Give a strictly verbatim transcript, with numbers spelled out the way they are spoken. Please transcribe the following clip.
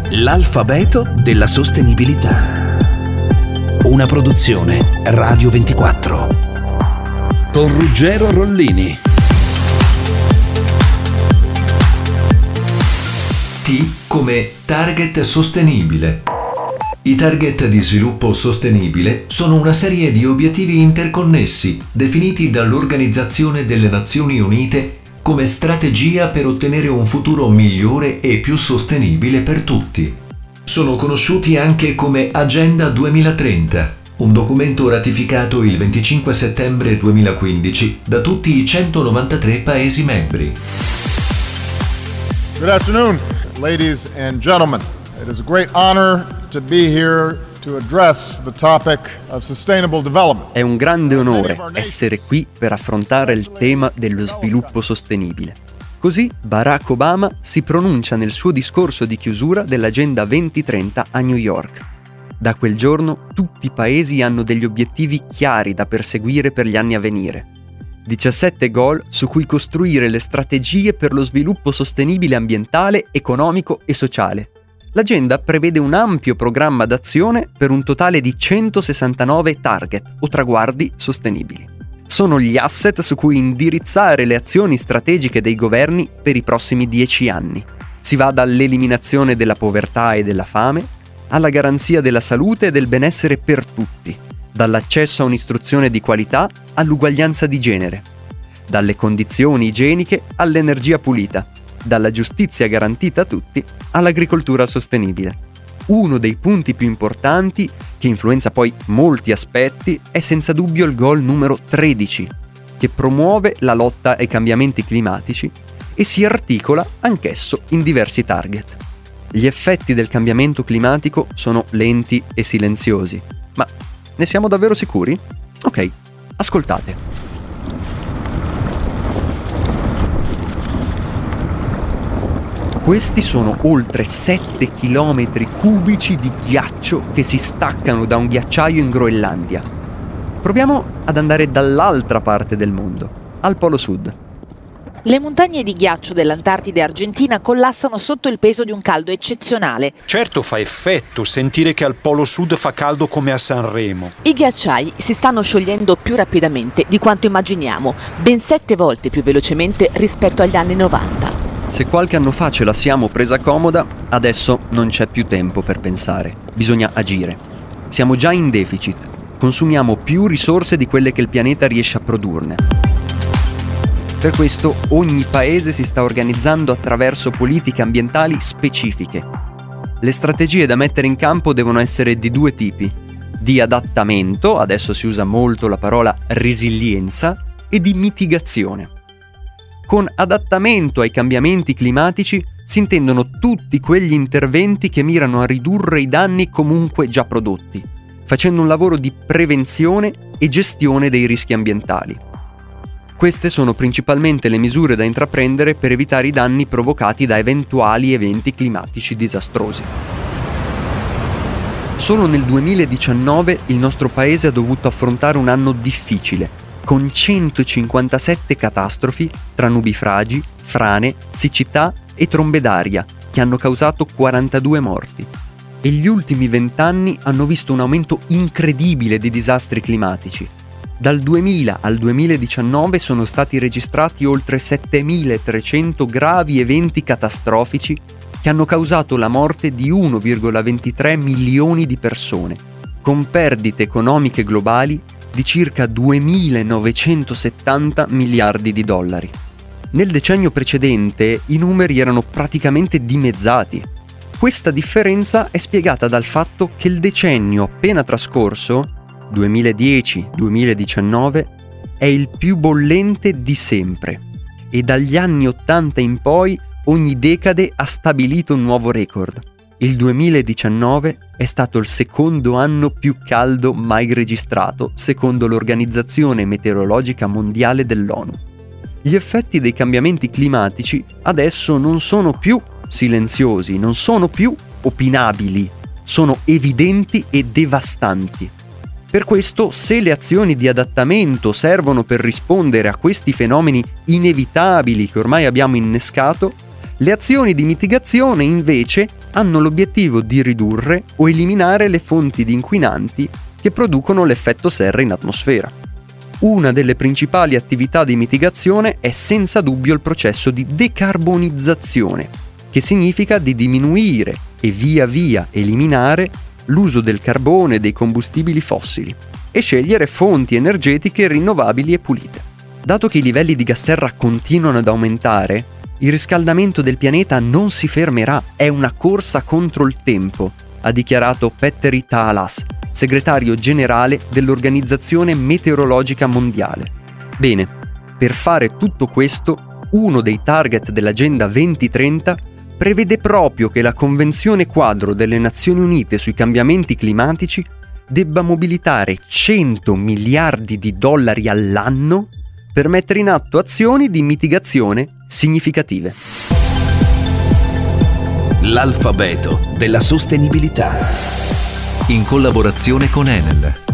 L'alfabeto della sostenibilità. Una produzione Radio ventiquattro. Con Ruggero Rollini. T come target sostenibile. I target di sviluppo sostenibile sono una serie di obiettivi interconnessi definiti dall'Organizzazione delle Nazioni Unite come strategia per ottenere un futuro migliore e più sostenibile per tutti. Sono conosciuti anche come Agenda duemilatrenta, un documento ratificato il venticinque settembre duemilaquindici da tutti i centonovantatré Paesi membri. Good afternoon, ladies and gentlemen. It is a great honor to be here to address the topic of sustainable development. È un grande onore essere qui per affrontare il tema dello sviluppo sostenibile. Così Barack Obama si pronuncia nel suo discorso di chiusura dell'Agenda duemilatrenta a New York. Da quel giorno tutti i paesi hanno degli obiettivi chiari da perseguire per gli anni a venire. diciassette goal su cui costruire le strategie per lo sviluppo sostenibile ambientale, economico e sociale. L'agenda prevede un ampio programma d'azione per un totale di centosessantanove target o traguardi sostenibili. Sono gli asset su cui indirizzare le azioni strategiche dei governi per i prossimi dieci anni. Si va dall'eliminazione della povertà e della fame alla garanzia della salute e del benessere per tutti, dall'accesso a un'istruzione di qualità all'uguaglianza di genere, dalle condizioni igieniche all'energia pulita, dalla giustizia garantita a tutti all'agricoltura sostenibile. Uno dei punti più importanti, che influenza poi molti aspetti, è senza dubbio il goal numero tredici, che promuove la lotta ai cambiamenti climatici e si articola anch'esso in diversi target. Gli effetti del cambiamento climatico sono lenti e silenziosi, ma ne siamo davvero sicuri? Ok, ascoltate. Questi sono oltre sette chilometri cubici di ghiaccio che si staccano da un ghiacciaio in Groenlandia. Proviamo ad andare dall'altra parte del mondo, al Polo Sud. Le montagne di ghiaccio dell'Antartide argentina collassano sotto il peso di un caldo eccezionale. Certo fa effetto sentire che al Polo Sud fa caldo come a Sanremo. I ghiacciai si stanno sciogliendo più rapidamente di quanto immaginiamo, ben sette volte più velocemente rispetto agli anni novanta. Se qualche anno fa ce la siamo presa comoda, adesso non c'è più tempo per pensare. Bisogna agire. Siamo già in deficit. Consumiamo più risorse di quelle che il pianeta riesce a produrne. Per questo ogni paese si sta organizzando attraverso politiche ambientali specifiche. Le strategie da mettere in campo devono essere di due tipi: di adattamento, adesso si usa molto la parola resilienza, e di mitigazione. Con adattamento ai cambiamenti climatici si intendono tutti quegli interventi che mirano a ridurre i danni comunque già prodotti, facendo un lavoro di prevenzione e gestione dei rischi ambientali. Queste sono principalmente le misure da intraprendere per evitare i danni provocati da eventuali eventi climatici disastrosi. Solo nel duemiladiciannove il nostro paese ha dovuto affrontare un anno difficile, con centocinquantasette catastrofi tra nubifragi, frane, siccità e trombe d'aria, che hanno causato quarantadue morti. E gli ultimi vent'anni hanno visto un aumento incredibile di disastri climatici. Dal duemila al duemiladiciannove sono stati registrati oltre settemilatrecento gravi eventi catastrofici che hanno causato la morte di uno virgola ventitré milioni di persone, con perdite economiche globali di circa duemilanovecentosettanta miliardi di dollari. Nel decennio precedente i numeri erano praticamente dimezzati. Questa differenza è spiegata dal fatto che il decennio appena trascorso, duemiladieci duemiladiciannove, è il più bollente di sempre e dagli anni ottanta in poi ogni decade ha stabilito un nuovo record. Il duemiladiciannove è stato il secondo anno più caldo mai registrato, secondo l'Organizzazione Meteorologica Mondiale dell'ONU. Gli effetti dei cambiamenti climatici adesso non sono più silenziosi, non sono più opinabili, sono evidenti e devastanti. Per questo, se le azioni di adattamento servono per rispondere a questi fenomeni inevitabili che ormai abbiamo innescato, Le azioni di mitigazione, invece, hanno l'obiettivo di ridurre o eliminare le fonti di inquinanti che producono l'effetto serra in atmosfera. Una delle principali attività di mitigazione è senza dubbio il processo di decarbonizzazione, che significa di diminuire e via via eliminare l'uso del carbone e dei combustibili fossili e scegliere fonti energetiche rinnovabili e pulite. Dato che i livelli di gas serra continuano ad aumentare, il riscaldamento del pianeta non si fermerà, è una corsa contro il tempo, ha dichiarato Petteri Taalas, segretario generale dell'Organizzazione Meteorologica Mondiale. Bene, per fare tutto questo, uno dei target dell'Agenda duemilatrenta prevede proprio che la Convenzione Quadro delle Nazioni Unite sui cambiamenti climatici debba mobilitare cento miliardi di dollari all'anno per mettere in atto azioni di mitigazione significative. L'alfabeto della sostenibilità. In collaborazione con Enel.